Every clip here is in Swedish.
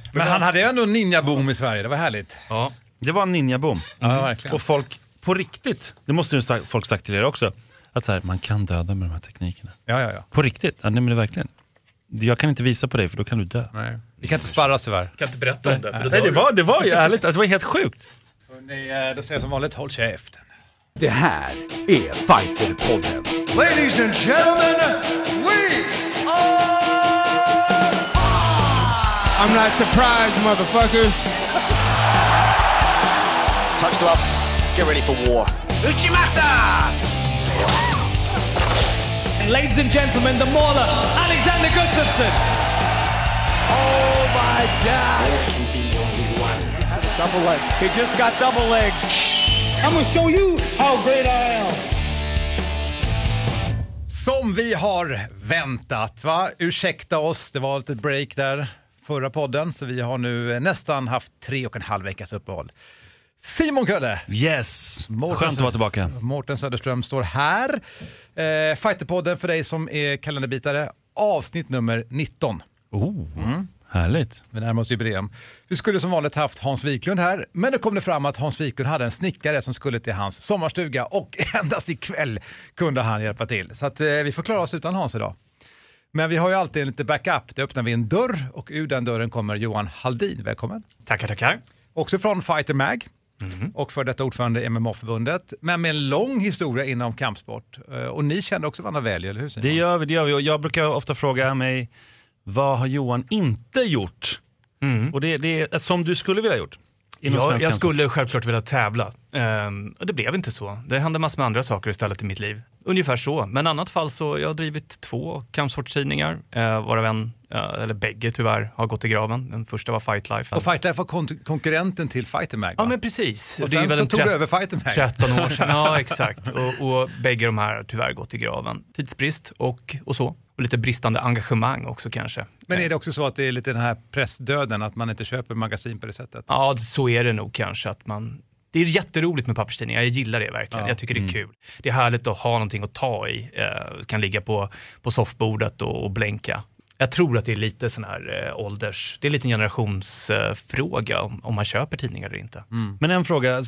Men han hade ju ändå en ninja-boom i Sverige, det var härligt. Ja, det var en ninja-boom. Ja, verkligen. Och folk, på riktigt, det måste ju folk sagt till er också, att så här, man kan döda med de här teknikerna. Ja. På riktigt, ja, nej men det är verkligen. Jag kan inte visa på dig för då kan du dö. Nej. Vi kan inte sparras tyvärr. Jag kan inte berätta om det. För Nej, det var ju ärligt, det var helt sjukt. Då säger jag som vanligt, håll käften. Det här är Fighterpodden. Ladies and gentlemen, we are... I'm not surprised, motherfuckers. Touch gloves, get ready for war. Uchimata! And ladies and gentlemen, the mauler, Alexander Gustafsson. Oh my God! Double leg. He just got double leg. I'm gonna show you how great I am. Som vi har väntat, va? Ursäkta oss, det var ett break där förra podden, så vi har nu nästan haft 3,5 veckas uppehåll. Simon Kölle. Yes, skönt att vara tillbaka. Mårten Söderström står här. Fighterpodden för dig som är kalenderbitare. Avsnitt nummer 19. Härligt. Vi närmar oss jubileum. Vi skulle som vanligt haft Hans Wiklund här, men det kom det fram att Hans Wiklund hade en snickare som skulle till hans sommarstuga och endast ikväll kunde han hjälpa till. Så att vi får klara oss utan Hans idag. Men vi har ju alltid en lite backup. Då öppnar vi en dörr och ur den dörren kommer Johan Haldin. Välkommen. Tackar. Också från Fighter Mag och för detta ordförande i MMA-förbundet. Men med en lång historia inom kampsport. Och ni känner också varandra väl, eller hur? Det gör vi. Och jag brukar ofta fråga mig, vad har Johan inte gjort? Och det är som du skulle vilja ha gjort. Jag skulle självklart vilja tävla. Och det blev inte så. Det hände massor med andra saker istället i mitt liv. Ungefär så. Men i annat fall så jag har drivit 2 kampsportstidningar. Varav en, eller bägge tyvärr, har gått i graven. Den första var Fight Life. Och Fight Life var konkurrenten till Fighter Mag, va? Ja, men precis. Och sen det är så tog du över Fighter Mag. 13 år sedan. Ja, exakt. Och bägge de här har tyvärr gått i graven. Tidsbrist och så. Och lite bristande engagemang också kanske. Men är det också så att det är lite den här pressdöden, att man inte köper magasin på det sättet? Ja, så är det nog kanske. Att det är jätteroligt med papperstidningar, jag gillar det verkligen. Jag tycker det är kul. Det är härligt att ha någonting att ta i. Kan ligga på soffbordet och blänka. Jag tror att det är lite sån här det är lite en generationsfråga om man köper tidningar eller inte. Men en fråga,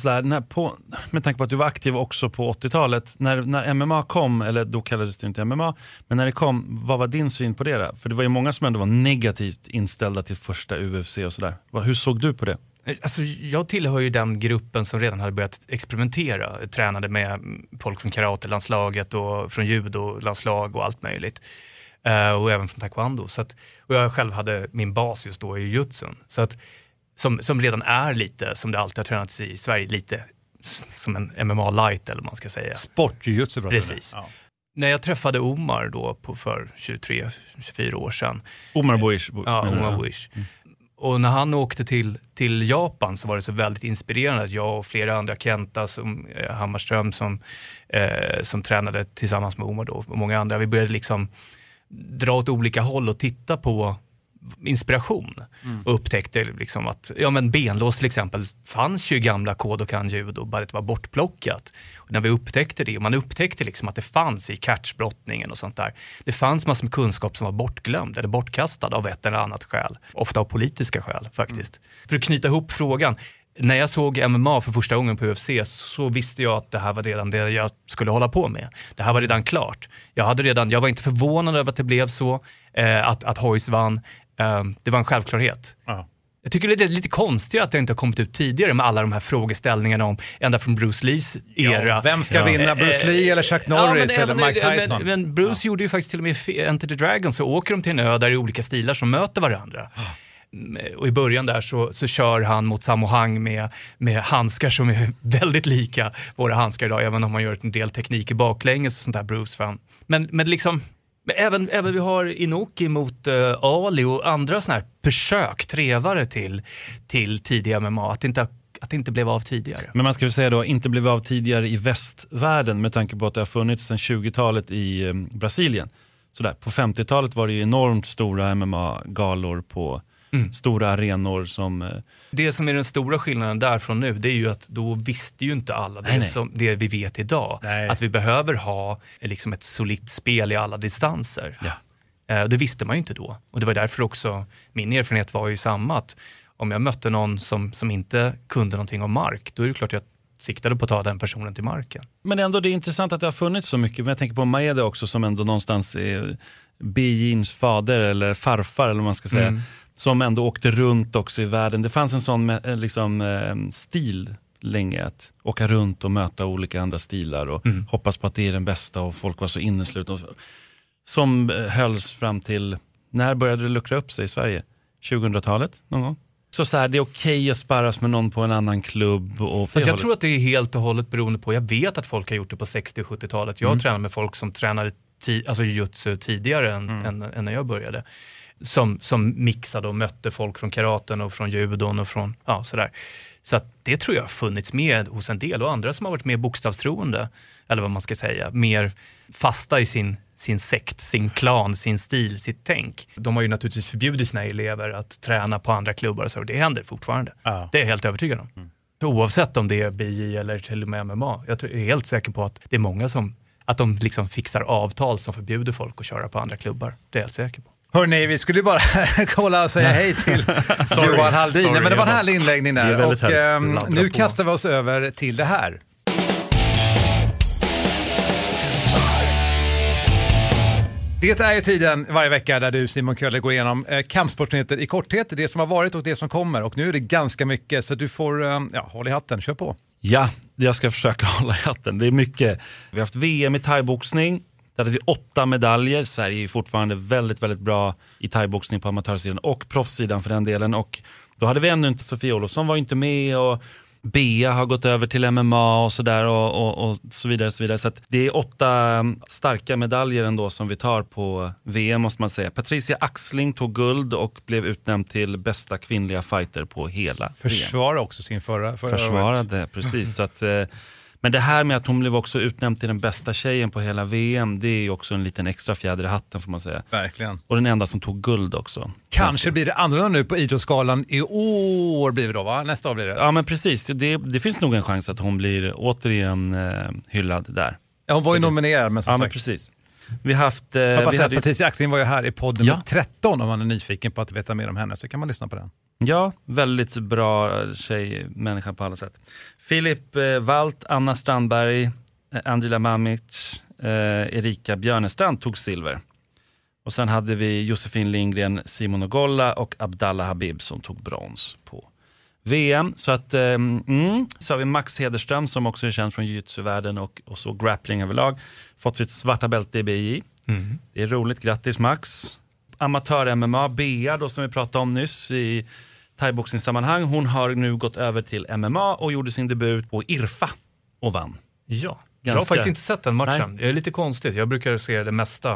med tanke på att du var aktiv också på 80-talet, när MMA kom, eller då kallades det inte MMA, men när det kom, vad var din syn på det där? För det var ju många som ändå var negativt inställda till första UFC och sådär. Hur såg du på det? Alltså, jag tillhör ju den gruppen som redan hade börjat experimentera. Tränade med folk från karate-landslaget och från judo-landslag och allt möjligt. Och även från taekwondo. Och jag själv hade min bas just då i jujutsun. Så att, som redan är lite, som det alltid har tränats i Sverige, lite som en MMA light eller man ska säga. Sportjujutsu. Precis. Ja. När jag träffade Omar då för 23-24 år sedan. Omar Buish. Ja, Omar Buish. Och när han åkte till Japan så var det så väldigt inspirerande att jag och flera andra, Kenta som Hammarström som tränade tillsammans med Omar då, och många andra, vi började liksom dra åt olika håll och titta på inspiration och upptäckte liksom att benlås till exempel fanns ju i gamla Kodokan judo, bara det var bortplockat. Och när vi upptäckte det, och man upptäckte liksom att det fanns i catchbrottningen och sånt där, det fanns massor med kunskap som var bortglömd eller bortkastad av ett eller annat skäl, ofta av politiska skäl faktiskt. För att knyta ihop frågan, när jag såg MMA för första gången på UFC så visste jag att det här var redan det jag skulle hålla på med. Det här var redan klart. Jag var inte förvånad över att det blev så, att Hoyce vann. Det var en självklarhet. Jag tycker det är lite konstigt att det inte har kommit ut tidigare med alla de här frågeställningarna om ända från Bruce Lees era. Ja, vem ska vinna, Bruce Lee eller Chuck Norris eller Mike Tyson? Men Bruce gjorde ju faktiskt till och med Enter the Dragon, så åker de till en ö där i olika stilar som möter varandra. Och i början där så kör han mot Sammo Hung med handskar som är väldigt lika våra handskar idag, även om man gör en del teknik i baklänges och sånt där Bruce-fan. Men liksom, även vi har Inoki mot Ali och andra såna här försök, trevare till tidiga MMA, att det inte blev av tidigare. Men man ska väl säga då, inte blev av tidigare i västvärlden med tanke på att det har funnits sedan 20-talet i Brasilien. Sådär, på 50-talet var det ju enormt stora MMA-galor på stora arenor som... Det som är den stora skillnaden därifrån nu, det är ju att då visste ju inte alla det vi vet idag. Nej. Att vi behöver ha liksom ett solitt spel i alla distanser. Ja. Det visste man ju inte då. Och det var därför också, min erfarenhet var ju samma, att om jag mötte någon som inte kunde någonting om mark, då är det klart jag siktade på att ta den personen till marken. Men ändå, det är intressant att det har funnits så mycket. Men jag tänker på Maeda också, som ändå någonstans är Beijins fader eller farfar eller vad man ska säga. Som ändå åkte runt också i världen. Det fanns en sån stil länge, att åka runt och möta olika andra stilar och hoppas på att det är den bästa, och folk var så inneslutna. Som hölls fram till, när började det luckra upp sig i Sverige? 2000-talet någon gång? Så här, det är okej att sparras med någon på en annan klubb. Och jag tror att det är helt och hållet beroende på, jag vet att folk har gjort det på 60- och 70-talet. Jag tränar med folk som tränade jiu-jitsu tidigare än när jag började. Som mixade och mötte folk från karaten och från judon och från sådär. Så att det tror jag har funnits med hos en del, och andra som har varit mer bokstavstroende, eller vad man ska säga, mer fasta i sin sekt, sin klan, sin stil, sitt tänk. De har ju naturligtvis förbjudit sina elever att träna på andra klubbar och så, och det händer fortfarande. Ja. Det är jag helt övertygad om. Oavsett om det är BJ eller till och med MMA. Jag är helt säker på att det är många att de liksom fixar avtal som förbjuder folk att köra på andra klubbar. Det är jag helt säker på. Hörrni, vi skulle ju bara kolla och säga hej till Johan Halldin. Men det var en härlig inläggning där. Och nu kastar vi oss över till det här. Det är ju tiden varje vecka där du, Simon Köhler, går igenom kampsportsnyheter i korthet, det som har varit och det som kommer. Och nu är det ganska mycket, så du får hålla i hatten, kör på. Ja, jag ska försöka hålla i hatten. Det är mycket. Vi har haft VM i thaiboxning. Där hade vi 8 medaljer. Sverige är ju fortfarande väldigt, väldigt bra i thaiboxning på amatörsidan och proffssidan för den delen. Och då hade vi ännu inte, Sofia Olofsson var inte med, och Bea har gått över till MMA och sådär och så vidare. Så vidare. Så att det är 8 starka medaljer ändå som vi tar på VM, måste man säga. Patricia Axling tog guld och blev utnämnd till bästa kvinnliga fighter på hela Försvarade också sin förra Försvarade, precis. Så att, men det här med att hon blev också utnämnd till den bästa tjejen på hela VM, det är ju också en liten extra fjäder i hatten, får man säga. Verkligen. Och den enda som tog guld också. Kanske blir det annorlunda nu på idrottsskalan i år, blir det då, va? Nästa år blir det. Ja, men precis. Det finns nog en chans att hon blir återigen hyllad där. Ja, hon var ju nominerad, men som sagt. Men precis. Vi har haft... Patricia Axling var ju här i podden 13, om man är nyfiken på att veta mer om henne, så kan man lyssna på den. Ja, väldigt bra tjej, människa på alla sätt. Filip Walt, Anna Strandberg, Angela Mamic, Erika Björnestrand tog silver. Och sen hade vi Josefin Lindgren, Simon Ogolla och Abdallah Habib som tog brons på VM. Så att så har vi Max Hederström som också är känd från jiu-jitsu-världen och så grappling överlag. Fått sitt svarta bälte i BI. Det är roligt, grattis Max. Amatör-MMA, Bea då, som vi pratade om nyss i thaiboxningssammanhang. Hon har nu gått över till MMA och gjorde sin debut på IRFA och vann. Ja, jag har faktiskt inte sett den matchen. Nej. Det är lite konstigt, jag brukar se det mesta.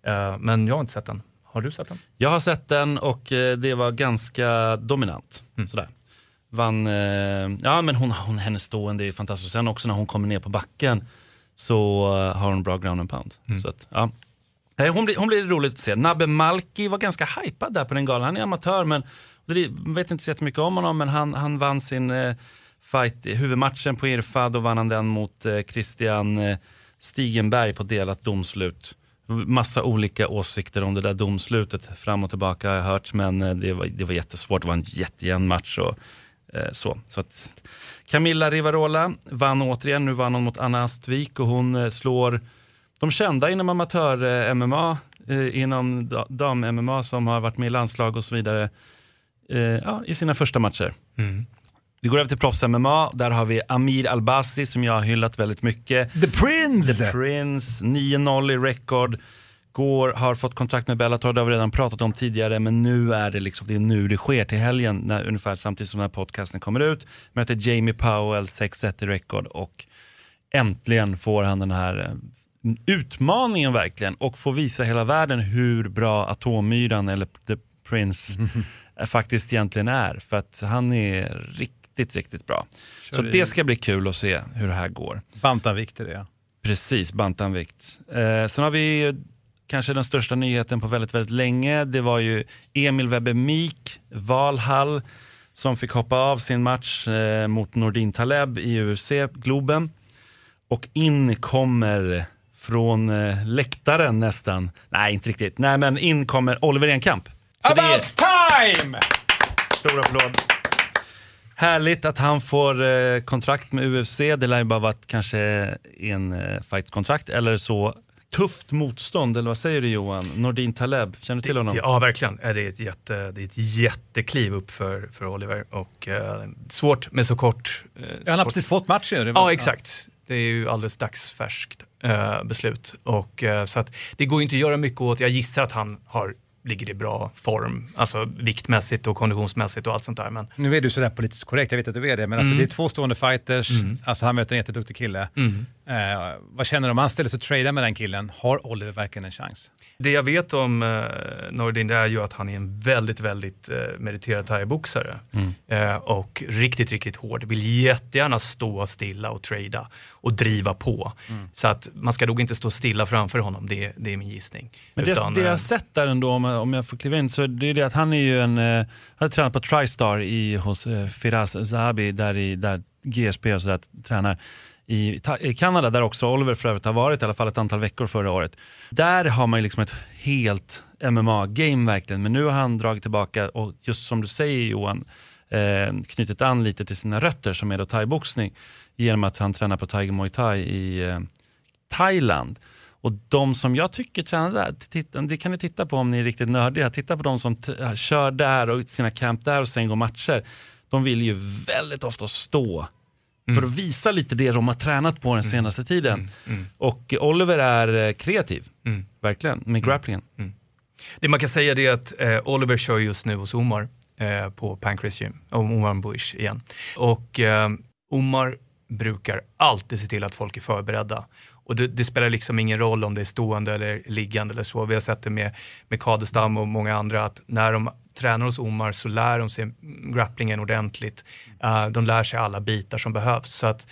Men jag har inte sett den. Har du sett den? Jag har sett den och det var ganska dominant. Sådär. Vann, men hennes stående är fantastiskt. Sen också när hon kommer ner på backen så har hon bra ground and pound. Så att, ja. Hon blir roligt att se. Nabbe Malki var ganska hypad där på den galan. Han är amatör, men vet inte så jättemycket om honom, men han vann sin fight i huvudmatchen på IRFA. Då vann han den mot Christian Stigenberg på delat domslut. Massa olika åsikter om det där domslutet fram och tillbaka har jag hört, men det var jättesvårt. Det var en jättejämn match och så att Camilla Rivarola vann återigen. Nu vann hon mot Anna Astvik och hon slår de kända inom amatör-MMA, inom dam-MMA som har varit med i landslag och så vidare i sina första matcher. Vi går över till proffs-MMA. Där har vi Amir Albasi som jag har hyllat väldigt mycket. The Prince! 9-0 i record. Har fått kontrakt med Bellator, det har vi redan pratat om tidigare, men nu är det liksom, det är nu det sker till helgen, ungefär samtidigt som den här podcasten kommer ut. Möter Jamie Powell, 6-1 i record, och äntligen får han den här utmaningen verkligen, och får visa hela världen hur bra Atommyran eller The Prince faktiskt egentligen är, för att han är riktigt, riktigt bra. Så det ska bli kul att se hur det här går. Bantamvikt är det, ja. Precis, bantamvikt. Sen har vi kanske den största nyheten på väldigt, väldigt länge. Det var ju Emil Webber-Meek, Valhall, som fick hoppa av sin match mot Nordin Taleb i UFC, Globen. Och in kommer från läktaren nästan. Nej, inte riktigt. Nej, men in kommer Oliver Enkamp. Så About time! Stor applåd. Härligt att han får kontrakt med UFC. Det lär ju bara vara kanske en fightkontrakt eller så. Tufft motstånd, eller vad säger du Johan? Nordin Taleb, känner du till honom? Ja, verkligen. Det är ett jättekliv upp för Oliver. Och svårt med så kort... Han har precis fått matchen. Ja, exakt. Det är ju alldeles dagsfärskt beslut. Och, så att det går ju inte att göra mycket åt. Jag gissar att han ligger i bra form, alltså viktmässigt och konditionsmässigt och allt sånt där. Men... Nu är du sådär politiskt korrekt, jag vet att du är det, men alltså, det är 2 stående fighters, alltså han möter en jätteduktig kille. Vad känner du om han ställer sig och tradar med den killen? Har Oliver verkligen en chans? Det jag vet om Nordin, det är ju att han är en väldigt, väldigt meriterad thai-boxare. Och riktigt, riktigt hård. Vill jättegärna stå stilla och trada och driva på. Så att man ska nog inte stå stilla framför honom, det är min gissning. Men det jag har sett där ändå, om jag får kliva in, så det är det att han är ju han har tränat på TriStar hos Firas Zahabi, där GSP och sådär tränar. I Kanada, där också Oliver för övrigt har varit i alla fall ett antal veckor förra året. Där har man ju liksom ett helt MMA-game verkligen. Men nu har han dragit tillbaka och just som du säger Johan, knutit an lite till sina rötter som är då thai-boxning genom att han tränar på Tiger Muay Thai i Thailand. Och de som jag tycker tränar där, det kan ni titta på om ni är riktigt nördiga. Titta på de som kör där och sina camp där och sen går matcher. De vill ju väldigt ofta stå för att visa lite det de har tränat på den senaste tiden. Och Oliver är kreativ, verkligen, med grapplingen. Det man kan säga är att Oliver kör just nu hos Omar på Pancrase Gym, Omar Bush igen. Och Omar brukar alltid se till att folk är förberedda. Och det spelar liksom ingen roll om det är stående eller liggande eller så. Vi har sett det med Kadestam och många andra att när de tränar hos Omar så lär de sig grapplingen ordentligt. De lär sig alla bitar som behövs. Så att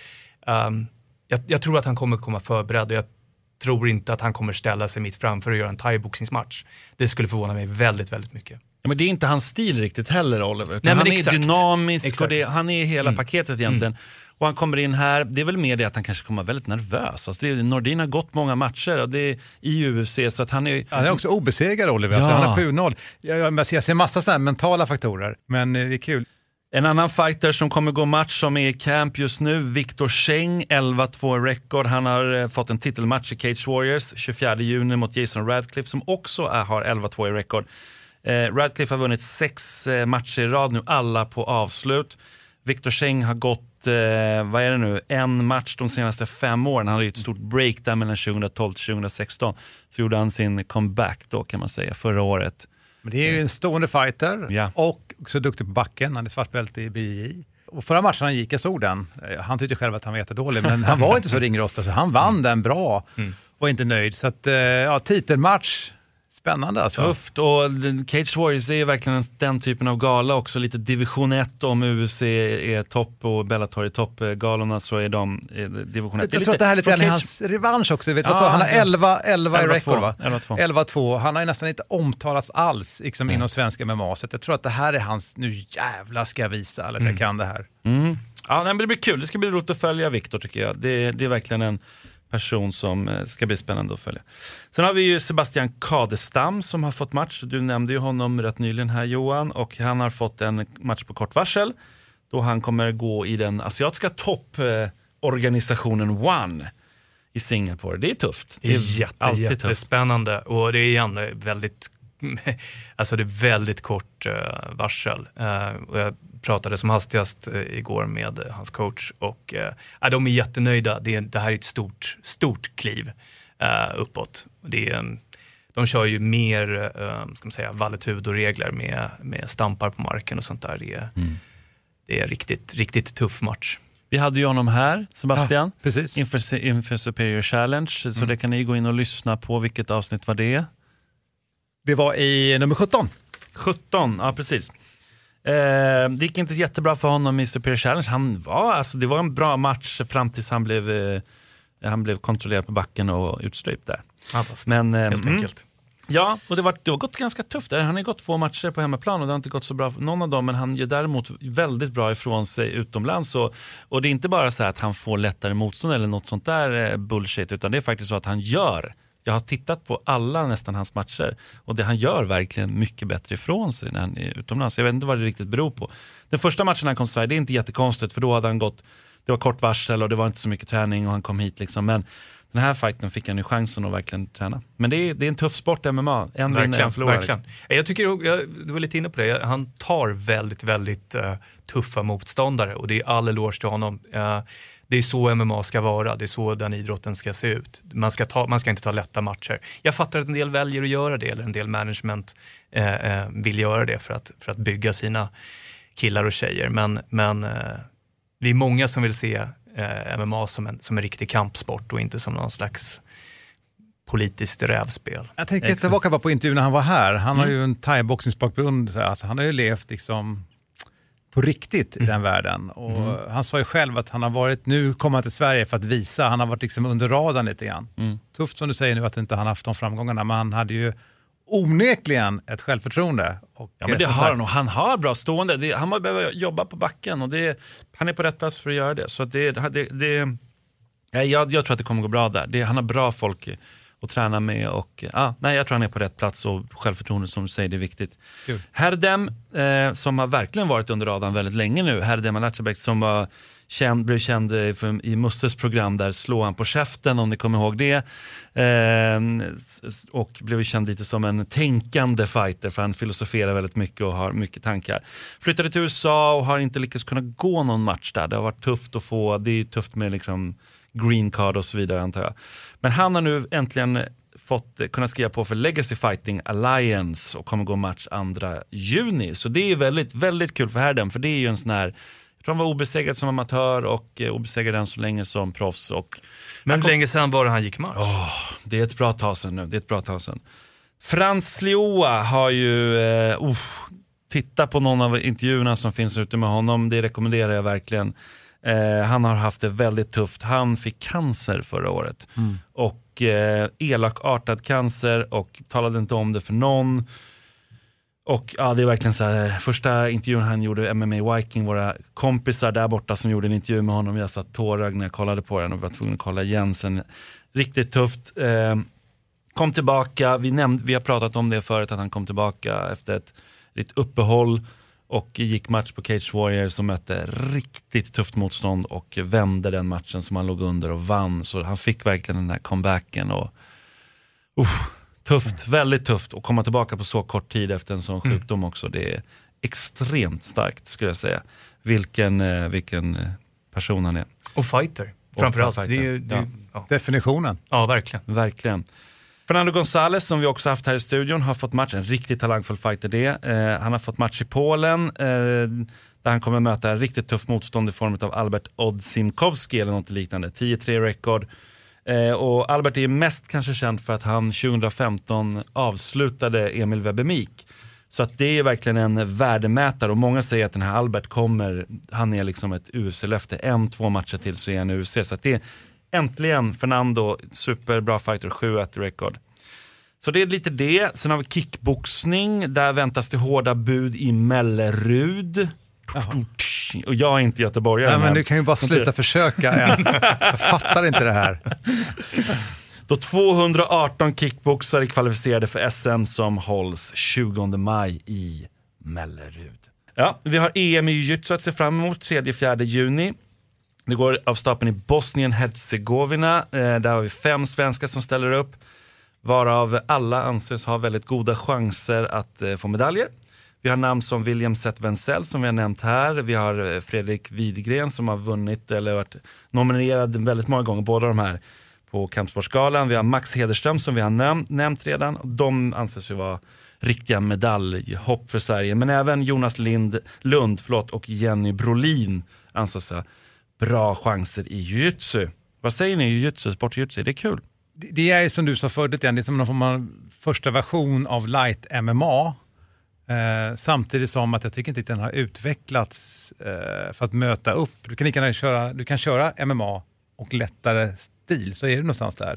jag tror att han kommer komma förberedd och jag tror inte att han kommer ställa sig mitt framför och göra en thai-boxningsmatch. Det skulle förvåna mig väldigt, väldigt mycket. Ja, men det är inte hans stil riktigt heller, Oliver. Nej, han exakt. är dynamisk och han är hela paketet egentligen. Och han kommer in här, det är väl mer det att han kanske kommer vara väldigt nervös. Alltså Nordin har gått många matcher och det är i UFC så att han är... Han är också obesegrad, Oliver. Ja. Alltså, han har 7-0. Jag ser massa så här mentala faktorer, men det är kul. En annan fighter som kommer gå match som är i camp just nu, Victor Cheng, 11-2 record. Han har fått en titelmatch i Cage Warriors 24 juni mot Jason Radcliffe som också har 11-2 i record. Radcliffe har vunnit 6 matcher i rad nu, alla på avslut. Victor Cheng har gått, vad är det nu, en match de senaste 5 åren. Han hade ju ett stort break där mellan 2012 till 2016. Så gjorde han sin comeback då kan man säga, förra året. Men det är ju en stående fighter och också duktig på backen. Han är svartbälte i BJJ. Och förra matchen han gick, jag såg den. Han tyckte själv att han var jättedålig, men han var inte så ringrostad så han vann den bra och inte nöjd. Så att, titelmatch. Spännande alltså. Tufft, och Cage Warriors är ju verkligen den typen av gala också, lite division 1 om UFC är topp och Bellator är topp galorna så är de division 1. Jag tror att det här är lite hans revansch också, vet vad så? Han har 11 i record va? 11-2. Han har ju nästan inte omtalats alls liksom, inom svenska MMA, så jag tror att det här är hans, nu jävlar ska jag visa att jag kan det här. Ja, men det blir kul, det ska bli roligt att följa Victor tycker jag. Det är verkligen en person som ska bli spännande att följa. Sen har vi ju Sebastian Kadestam som har fått match. Du nämnde ju honom rätt nyligen här Johan, och han har fått en match på kort varsel då han kommer gå i den asiatiska topporganisationen One i Singapore. Det är tufft. Det är jättespännande och det är igen väldigt alltså det är väldigt kort varsel. Och jag pratade som hastigast igår med hans coach och de är jättenöjda. Det här är ett stort kliv uppåt. De kör ju mer ska man säga, valetudo-regler med stampar på marken och sånt där. Det är riktigt tuff match. Vi hade ju honom här, Sebastian, precis. inför Superior Challenge, så det kan ni gå in och lyssna på. Vilket avsnitt var det? Det var i nummer 17. 17, ja precis. Det gick inte jättebra för honom i Superior Challenge. Det var en bra match fram tills han blev kontrollerad på backen och utstrypt där. Men helt enkelt. Ja, och det har gått ganska tufft där. Han har gått 2 matcher på hemmaplan och det har inte gått så bra för någon av dem, men han gör däremot väldigt bra ifrån sig utomlands. Och det är inte bara så att han får lättare motstånd eller något sånt där bullshit, utan det är faktiskt så att han gör. Jag har tittat på nästan hans matcher och det han gör verkligen mycket bättre ifrån sig när han är utomlands. Jag vet inte vad det riktigt beror på. Den första matchen han kom till Sverige, det är inte jättekonstigt för då hade han gått, det var kort varsel och det var inte så mycket träning och han kom hit liksom, men den här fighten fick han ju chansen att verkligen träna. Men det är en tuff sport, MMA. En vinner, en förlorar. Verkligen. Jag tycker, du var lite inne på det, han tar väldigt, väldigt tuffa motståndare och det är all eloge till honom. Det är så MMA ska vara, det är så den idrotten ska se ut. Man ska inte ta lätta matcher. Jag fattar att en del väljer att göra det, eller en del management vill göra det för att bygga sina killar och tjejer. Men det är många som vill se MMA som en riktig kampsport och inte som någon slags politiskt rävspel. Jag tänker tillbaka bara på intervjun när han var här. Han har ju en thai-boxningsbakgrund. Alltså, han har ju levt liksom på riktigt i den världen. Och han sa ju själv att han har varit, nu kommer han till Sverige för att visa, han har varit liksom under radarn lite grann. Tufft som du säger nu att inte han haft de framgångarna, men han hade ju onekligen ett självförtroende. Och ja, men det har han, och han har bra stående. Han behöver jobba på backen och han är på rätt plats för att göra det. Så jag tror att det kommer gå bra där. Han har bra folk att träna med och jag tror han är på rätt plats och självförtroende som du säger, det är viktigt. Kul. Herdem som har verkligen varit under radarn väldigt länge nu. Herdem Alacebek som blev känd i Musses program, där slår han på käften om ni kommer ihåg det, och blev känd lite som en tänkande fighter för han filosoferar väldigt mycket och har mycket tankar. Flyttade till USA och har inte lyckats kunna gå någon match där. Det har varit tufft att få, det är tufft med liksom green card och så vidare antar jag. Men han har nu äntligen kunnat skriva på för Legacy Fighting Alliance och kommer gå match 2 juni. Så det är väldigt, väldigt kul för Herdem, för det är ju en sån här, jag tror han var obesegrad som amatör och obesegrad än så länge som proffs. Men hur länge sedan var det han gick match? Det är ett bra tag sedan nu, Frans Lioa har ju titta på någon av intervjuerna som finns ute med honom, det rekommenderar jag verkligen. Han har haft det väldigt tufft. Han fick cancer förra året och elakartad cancer och talade inte om det för någon. Och det är verkligen så här, första intervjun han gjorde, MMA Viking, våra kompisar där borta som gjorde en intervju med honom, jag satt tårögd när jag kollade på den och var tvungen att kolla igen sen. Riktigt tufft. Kom tillbaka, vi har pratat om det förut, att han kom tillbaka efter ett uppehåll och gick match på Cage Warriors som mötte riktigt tufft motstånd och vände den matchen som han låg under och vann. Så han fick verkligen den här comebacken och tufft, väldigt tufft att komma tillbaka på så kort tid efter en sån sjukdom också. Det är extremt starkt skulle jag säga. Vilken person han är. Och fighter, framförallt. Definitionen. Ja, verkligen. Fernando González som vi också haft här i studion har fått match, en riktigt talangfull fighter det. Han har fått match i Polen där han kommer möta en riktigt tuff motstånd i form av Albert Odzimkowski eller något liknande. 10-3 rekord. Och Albert är mest kanske känd för att han 2015 avslutade Emil Webemik. Så att det är verkligen en värdemätare och många säger att den här Albert han är liksom ett UFC-löfte. 1-2 matcher till så är han UFC. Så att det är äntligen Fernando, superbra fighter, 7-1 rekord. Så det är lite det. Sen har vi kickboxning. Där väntas det hårda bud i Mellerud. Jaha. Och jag är inte göteborgare. Nej, men du kan ju bara sluta försöka ens. Jag fattar inte det här. Då 218 kickboxare kvalificerade för SM som hålls 20 maj i Mellerud. Ja, vi har EM i jiu-jitsu att se fram emot 3-4 juni. Det går av stapeln i Bosnien-Herzegovina. Där har vi 5 svenskar som ställer upp. Varav alla anses ha väldigt goda chanser att få medaljer. Vi har namn som William Seth Wenzel som vi har nämnt här. Vi har Fredrik Widgren som har vunnit eller varit nominerad väldigt många gånger. Båda de här på Kampsportsgalan. Vi har Max Hederström som vi har nämnt redan. De anses ju vara riktiga medaljhopp för Sverige. Men även Jonas Lund och Jenny Brolin anses ha bra chanser i jiu-jitsu. Vad säger ni i jiu-jitsu, sport-jiu-jitsu? Det är kul. Det är ju som du sa förut igen, det är som någon form av första version av light MMA. Samtidigt som att jag tycker inte att den har utvecklats för att möta upp. Du kan köra MMA och lättare stil, så är det någonstans där.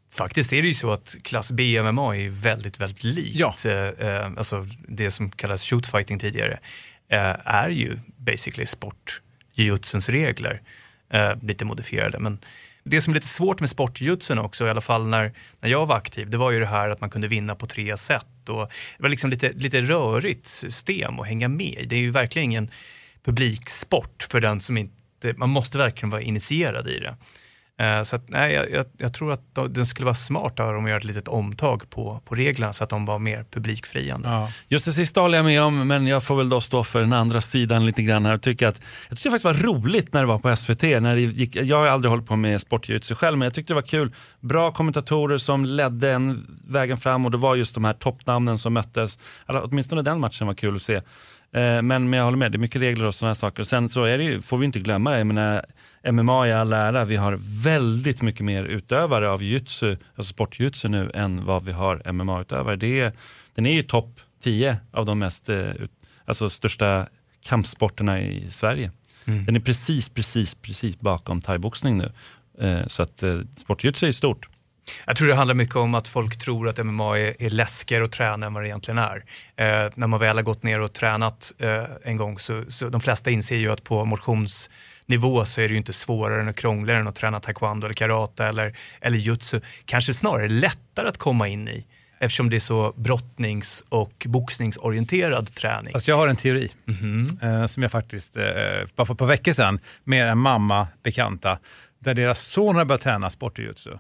Faktiskt är det ju så att klass B MMA är väldigt, väldigt likt. Ja. Alltså det som kallas shootfighting tidigare är ju basically sport-jutsuns regler. Lite modifierade. Men det som är lite svårt med sport-jutsun också, i alla fall när jag var aktiv, det var ju det här att man kunde vinna på 3 sätt. Och det var liksom lite rörigt system att hänga med i. Det är ju verkligen ingen publiksport för den som inte... Man måste verkligen vara initierad i det. Så att, nej, jag tror att den skulle vara smart om att göra ett litet omtag på reglerna så att de var mer publikfriande. Ja. Just det sista håller jag med om, men jag får väl då stå för den andra sidan lite grann här och tycker att jag tyckte det faktiskt var roligt när det var på SVT. När det gick, jag har aldrig hållit på med sportjutsu själv, men jag tyckte det var kul. Bra kommentatorer som ledde vägen fram, och det var just de här toppnamnen som möttes. Åtminstone den matchen var kul att se. Men jag håller med, det är mycket regler och sådana här saker. Sen så är det ju, får vi inte glömma det, jag menar, MMA i all ära, vi har väldigt mycket mer utövare av jiu-jitsu, alltså sportjutsu nu, än vad vi har MMA-utövare. Den är ju topp 10 av de mest alltså största kampsporterna i Sverige. Den är precis bakom thaiboxning nu. Så att sportjutsu är stort. Jag tror det handlar mycket om att folk tror att MMA är läskigare att träna än vad det egentligen är. När man väl har gått ner och tränat en gång så de flesta inser ju att på motionsnivå så är det ju inte svårare än och krångligare än att träna taekwondo eller karate eller jutsu. Kanske snarare lättare att komma in i, eftersom det är så brottnings- och boxningsorienterad träning. Alltså jag har en teori som jag faktiskt bara för ett par veckor sedan med en mamma bekanta, där deras son har börjat träna sportjutsu.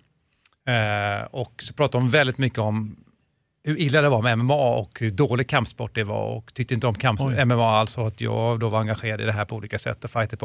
Och så pratade de väldigt mycket om hur illa det var med MMA och hur dålig kampsport det var, och tyckte inte om MMA alls, och att jag då var engagerad i det här på olika sätt och fighter på.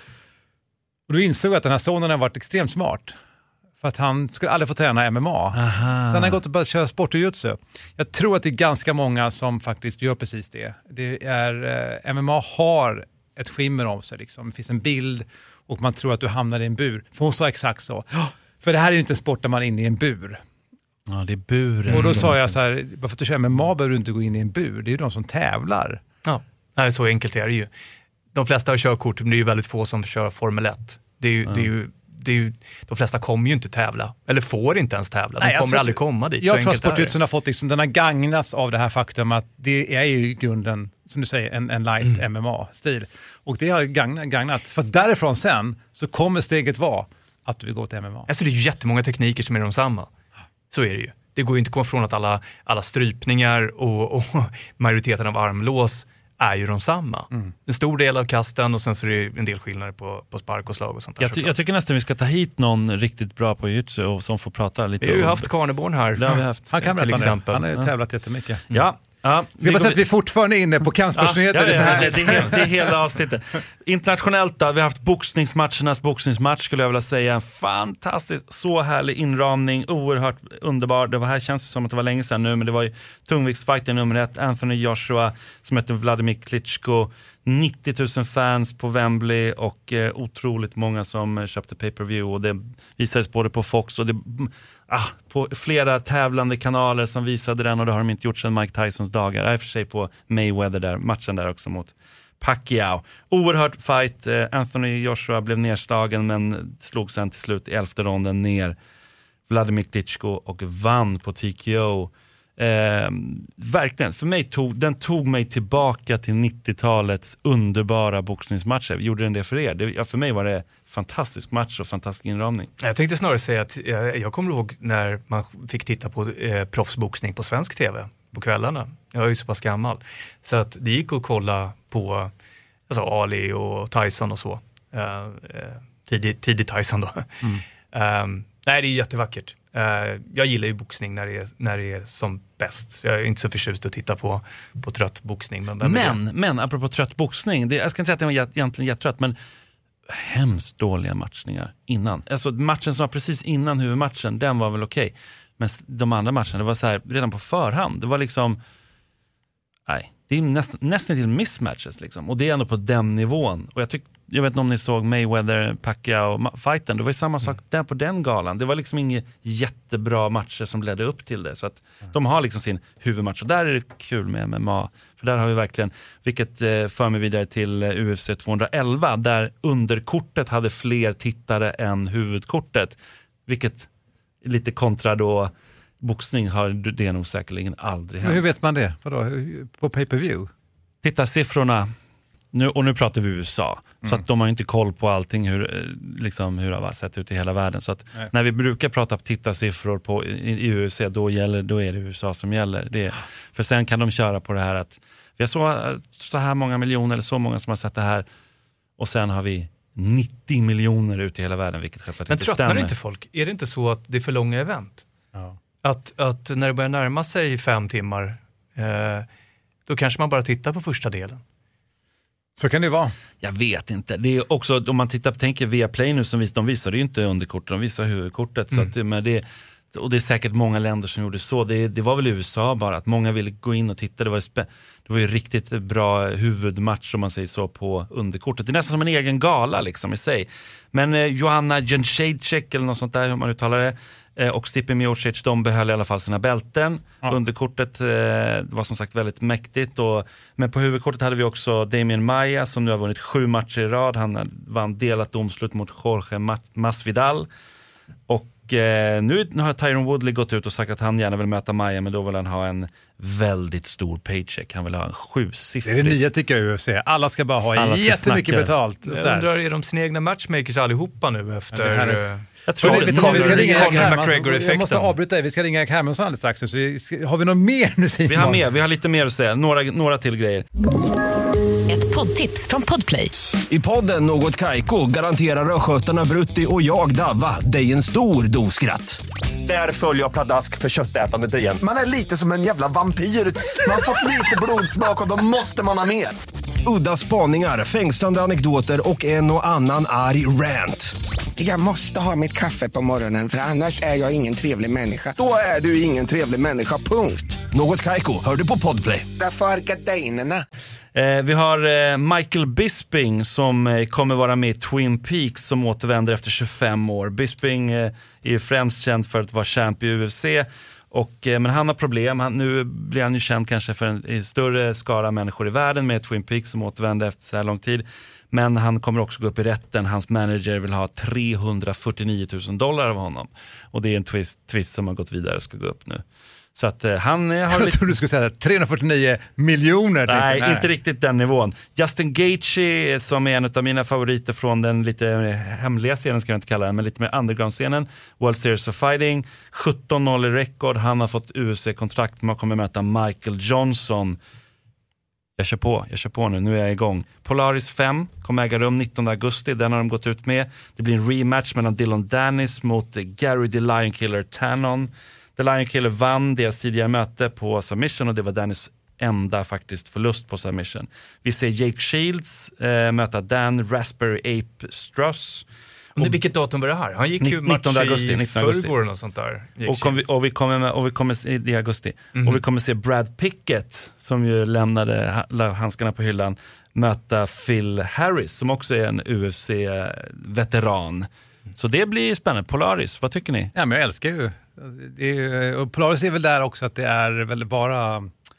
Och då insåg jag att den här sonen har varit extremt smart, för att han skulle aldrig få träna MMA. Aha. Så han har gått och börjat köra sport och jutsu. Jag tror att det är ganska många som faktiskt gör precis det. Det är, MMA har ett skimmer om sig liksom. Det finns en bild och man tror att du hamnar i en bur. För hon sa exakt så. För det här är ju inte en sport där man är inne i en bur. Ja, det är buren. Och då sa jag så här, bara för att du kör MMA behöver du inte gå in i en bur. Det är ju de som tävlar. Ja, nej, så enkelt är det ju. De flesta har körkort, men det är ju väldigt få som kör Formel 1. Det är ju, de flesta kommer ju inte tävla, eller får inte ens tävla. De kommer aldrig komma dit. Jag tror att sportjutsen har fått liksom, den har gagnats av det här faktum att det är ju i grunden, som du säger, en light MMA-stil. Och det har gagnat. För därifrån sen så kommer steget vara att du vill gå till MMA. Alltså det är ju jättemånga tekniker som är de samma. Så är det ju. Det går ju inte att komma från att alla strypningar och majoriteten av armlås är ju de samma. En stor del av kasten, och sen så är det en del skillnader på spark och slag och sånt där. Jag tycker nästan vi ska ta hit någon riktigt bra på jiu-jitsu och som får prata lite. Vi har ju haft Karneborn här. Det har vi haft. Han kan till berätta exempel. Han har ju tävlat jättemycket. Ja. Ja, Ska bara säga att vi fortfarande är inne på kampsportsnyheter. Det är hela avsnittet. Internationellt då, vi har haft boxningsmatchernas boxningsmatch, skulle jag vilja säga. En fantastisk, så härlig inramning, oerhört underbar. Det här känns som att det var länge sedan nu, men det var ju tungviktsfighter nummer 1, Anthony Joshua, som heter Vladimir Klitschko. 90 000 fans på Wembley och otroligt många som köpte pay-per-view, och det visades både på Fox och på flera tävlande kanaler som visade den, och det har de inte gjort sedan Mike Tysons dagar. I och för sig på Mayweather där, matchen där också mot Pacquiao. Oerhört fight. Anthony Joshua blev nedslagen men slog sen till slut i 11:e ronden ner Vladimir Klitschko och vann på TKO. Verkligen, för mig tog mig tillbaka till 90-talets underbara boxningsmatcher. Gjorde den det för er? För mig var det fantastisk match och fantastisk inramning. Jag tänkte snarare säga att jag kommer ihåg när man fick titta på proffsboxning på svensk tv på kvällarna. Jag är ju så pass gammal. Så att det gick att kolla på Ali och Tyson och så. Tidig Tyson då. Nej, det är jättevackert. Jag gillar ju boxning när det är som bäst. Jag är inte så förtjust att titta på trött boxning. Men apropå trött boxning, jag ska inte säga att jag var egentligen jättetrött, men hemskt dåliga matchningar innan. Alltså matchen som var precis innan huvudmatchen, den var väl okej. Men de andra matcherna, det var så här redan på förhand. Det var liksom, nej, det är nästan till mismatches liksom. Och det är ändå på den nivån. Och jag vet inte om ni såg Mayweather, Pacquiao-fighten. Det var ju samma sak där på den galan. Det var liksom inga jättebra matcher som ledde upp till det. Så att de har liksom sin huvudmatch. Och där är det kul med MMA. För där har vi verkligen, vilket för mig vidare till UFC 211. Där underkortet hade fler tittare än huvudkortet. Vilket lite kontra då boxning har det nog säkerligen aldrig hänt. Men hur vet man det? Vadå? På pay-per-view? Tittarsiffrorna, nu pratar vi USA, så att de har inte koll på allting hur det har sett ut i hela världen. Så att när vi brukar prata tittarsiffror i USA, då är det USA som gäller. För sen kan de köra på det här att vi har så här många miljoner eller så många som har sett det här, och sen har vi 90 miljoner ut i hela världen, vilket självklart inte stämmer. Men tröttnar inte folk? Är det inte så att det är för långa event? Ja. Att när det börjar närma sig 5 timmar, då kanske man bara tittar på första delen. Så kan det vara. Jag vet inte. Det är också, om man tänker via Play nu, som de visar det ju inte underkortet, de visar huvudkortet. Så att och det är säkert många länder som gjorde så. Det var väl i USA bara, att många ville gå in och titta. Det var ju riktigt bra huvudmatch, om man säger så, på underkortet. Det är nästan som en egen gala liksom i sig. Men Joanna Jędrzejczyk eller något sånt där, hur man uttalar det, och Stipe Miocic, de behöll i alla fall sina bälten. Underkortet var som sagt väldigt mäktigt. Men på huvudkortet hade vi också Damian Maia, som nu har vunnit 7 matcher i rad. Han vann delat domslut mot Jorge Masvidal. Och nu har Tyron Woodley gått ut och sagt att han gärna vill möta Maia, men då vill han ha en väldigt stor paycheck. Han vill ha en 7-siffrig. Det är det nya, tycker jag, UFC. Alla ska bara ha jättemycket betalt. Jag undrar, är de sina egna matchmakers allihopa nu efter... Jag tror vi ska ringa jag måste avbryta dig. Vi ska ringa Erik Hermansson alldeles strax. Så har vi något mer nu, Simon? Vi har lite mer att säga. Några till grejer. Ett poddtips från Podplay. I podden Något Kaiko garanterar röskötarna Brutti och jag Davva dig en stor doskratt. Där följer jag pladask för köttätandet igen. Man är lite som en jävla vampyr. Man har fått lite blodsmak och då måste man ha mer. Udda spaningar, fängslande anekdoter och en och annan arg rant. Jag måste ha mitt kaffe på morgonen, för annars är jag ingen trevlig människa. Då är du ingen trevlig människa, punkt. Något Kaiko, hör du på Podplay. Därför är gardinerna. Vi har Michael Bisping som kommer vara med i Twin Peaks, som återvänder efter 25 år. Bisping är ju främst känd för att vara champ i UFC. Men han har problem. Nu blir han ju känd kanske för en större skara människor i världen med Twin Peaks som återvänder efter så här lång tid. Men han kommer också gå upp i rätten. Hans manager vill ha $349 000 av honom. Och det är en twist som har gått vidare och ska gå upp nu. Så att han har jag tror du skulle säga 349 miljoner. Nej, inte riktigt den nivån. Justin Gaethje, som är en av mina favoriter från den lite hemliga scenen, ska jag inte kalla den, men lite mer underground-scenen. World Series of Fighting, 17-0 i rekord. Han har fått UFC-kontrakt, man kommer möta Michael Johnson. Jag kör på nu är jag igång. Polaris 5 kommer äga rum 19 augusti, den har de gått ut med. Det blir en rematch mellan Dillon Danis mot Gary the Lion Killer Tannen. The Lion Killer vann deras tidigare möte på submission, och det var Danis enda faktiskt förlust på submission. Vi ser Jake Shields möta Dan Raspberry Ape Struss. Och vilket datum var det här? Han gick ju 19 augusti, i förrgår och sånt där. Och vi kommer i augusti. Och vi kommer se Brad Pickett, som ju lämnade handskarna på hyllan, möta Phil Harris, som också är en UFC-veteran. Så det blir spännande. Polaris, vad tycker ni? Ja, men jag älskar ju. Och Polaris är väl där också att det är väl bara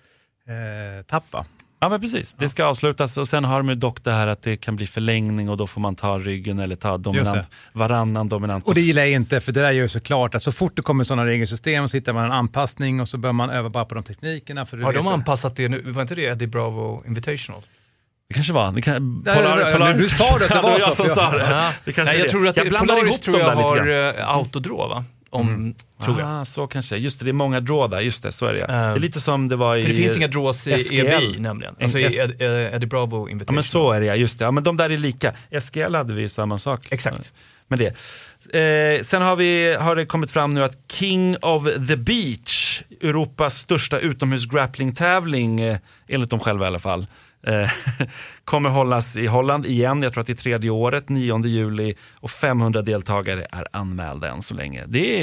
tappa. Ja, men precis. Det ska avslutas, och sen har de ju dock det här att det kan bli förlängning, och då får man ta ryggen eller ta varannan dominant. Och det gillar jag inte, för det där är ju såklart att så fort det kommer sådana regelsystem så hittar man en anpassning, och så bör man öva bara på de teknikerna. För har de anpassat det nu? Var inte det Eddie Bravo Invitational? Det kanske var. Polaris. Du sa det att det var jag som sa det. Ja. Jag tror att Polaris tror jag har autodraw, va? Tror jag. Så kanske. Just det är många draw där. Just det, så är det. Det är lite som det var i... Det finns inga draws i EBI nämligen. Alltså Eddie Bravo Invitation. Ja, men så är det, just det. Ja, men de där är lika. SGL hade vi samma sak. Exakt. Men det. Sen har det kommit fram nu att King of the Beach, Europas största utomhus-grappling-tävling, enligt dem själva i alla fall, kommer hållas i Holland igen. Jag tror att det är 3:e året, 9 juli, och 500 deltagare är anmälda än så länge.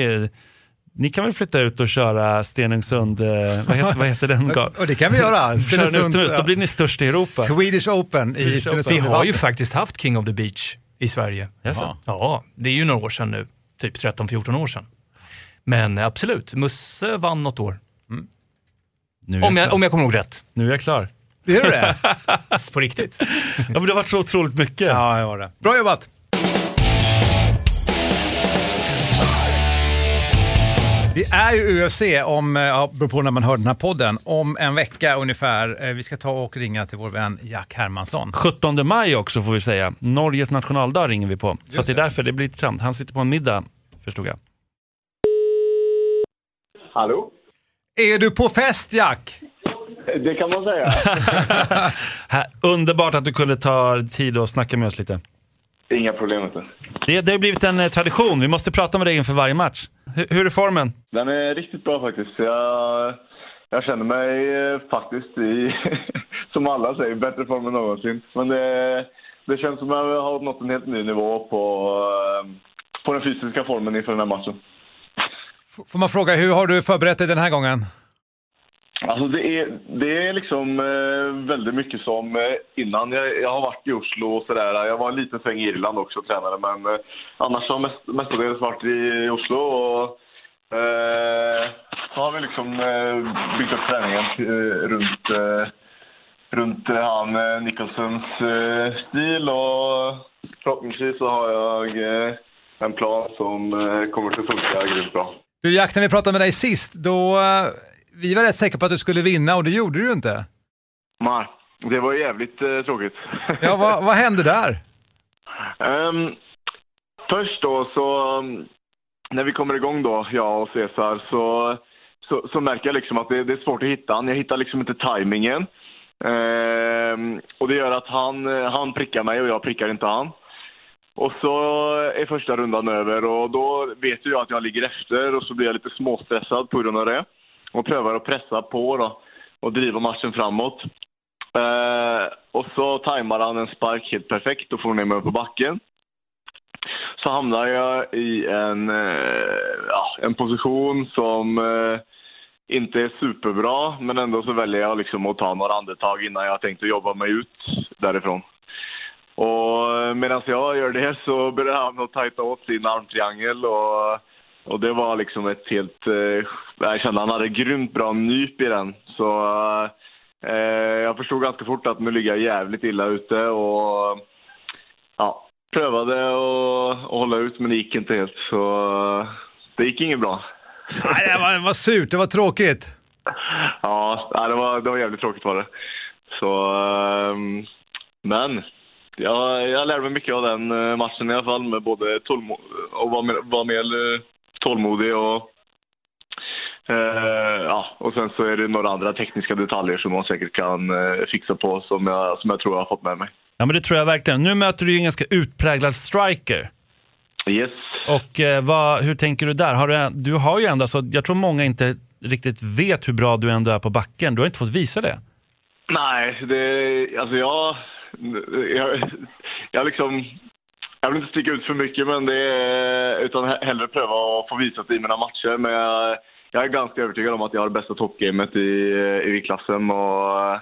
Ni kan väl flytta ut och köra Stenungsund, vad heter den? Och det kan vi göra. Då blir ni störst i Europa. Swedish Open. Vi har ju faktiskt haft King of the Beach i Sverige. Ja, det är ju några år sedan nu. Typ 13-14 år sedan. Men absolut, Musse vann något år. Om jag kommer ihåg rätt. Nu är jag klar. Det är det? På riktigt. Ja, men det har varit så otroligt mycket. Ja, jag har det. Bra jobbat! Det är ju UFC beror på när man hör den här podden, om en vecka ungefär. Vi ska ta och ringa till vår vän Jack Hermansson. 17 maj också får vi säga. Norges nationaldag ringer vi på. Så det är därför det blir intressant. Han sitter på en middag, förstod jag. Hallå? Är du på fest, Jack? Det kan man säga. Underbart att du kunde ta tid och snacka med oss lite. Inga problem inte. Det har blivit en tradition. Vi måste prata med dig inför varje match. Hur är formen? Den är riktigt bra faktiskt. Jag känner mig faktiskt i, som alla säger, bättre form än någonsin. Men det känns som att jag har nått en helt ny nivå på den fysiska formen inför den här matchen. Får man fråga, hur har du förberett dig den här gången? Alltså det är liksom väldigt mycket som innan. Jag har varit i Oslo och sådär. Jag var en liten sväng i Irland också och tränade, men annars har jag mestadels varit i Oslo och så har vi liksom byggt upp träningen runt han Nicholsons stil, och förhoppningsvis så har jag en plan som kommer att funka grymt bra. Du Jack, när vi pratade med dig sist, då vi var rätt säkra på att du skulle vinna och det gjorde du inte. Nej, det var jävligt tråkigt. Ja, vad hände där? Först då så när vi kommer igång då, jag och Cesar, så märker jag liksom att det är svårt att hitta han. Jag hittar liksom inte tajmingen. Och det gör att han prickar mig och jag prickar inte han. Och så är första rundan över och då vet jag att jag ligger efter och så blir jag lite småstressad på grund av det. Och prövar att pressa på då och driva matchen framåt. Och så tajmar han en spark helt perfekt och får ner mig på backen. Så hamnar jag i en position som inte är superbra, men ändå så väljer jag liksom att ta några andetag innan jag tänkte jobba mig ut därifrån. Och medan jag gör det så börjar han att tajta åt sin armtriangel och det var liksom ett helt... jag kände han hade grymt bra nyp i den. Så jag förstod ganska fort att nu ligger jag jävligt illa ute och ja, prövade att hålla ut, men det gick inte helt. Så det gick inget bra. Nej, det var surt, det var tråkigt. Ja, det var jävligt tråkigt var det. Så, men... Jag lärde mig mycket av den matchen i alla fall, med både vara mer tålmodig och och sen så är det några andra tekniska detaljer som man säkert kan fixa på som jag tror jag har fått med mig. Ja, men det tror jag verkligen. Nu möter du ju en ganska utpräglad striker. Yes. Och hur tänker du där? Du har ju ändå, så jag tror många inte riktigt vet hur bra du ändå är på backen. Du har inte fått visa det. Nej, alltså jag vill inte sticka ut för mycket, men utan hellre pröva att få visa det i mina matcher. Men jag är ganska övertygad om att jag har det bästa toppgamet i klassen och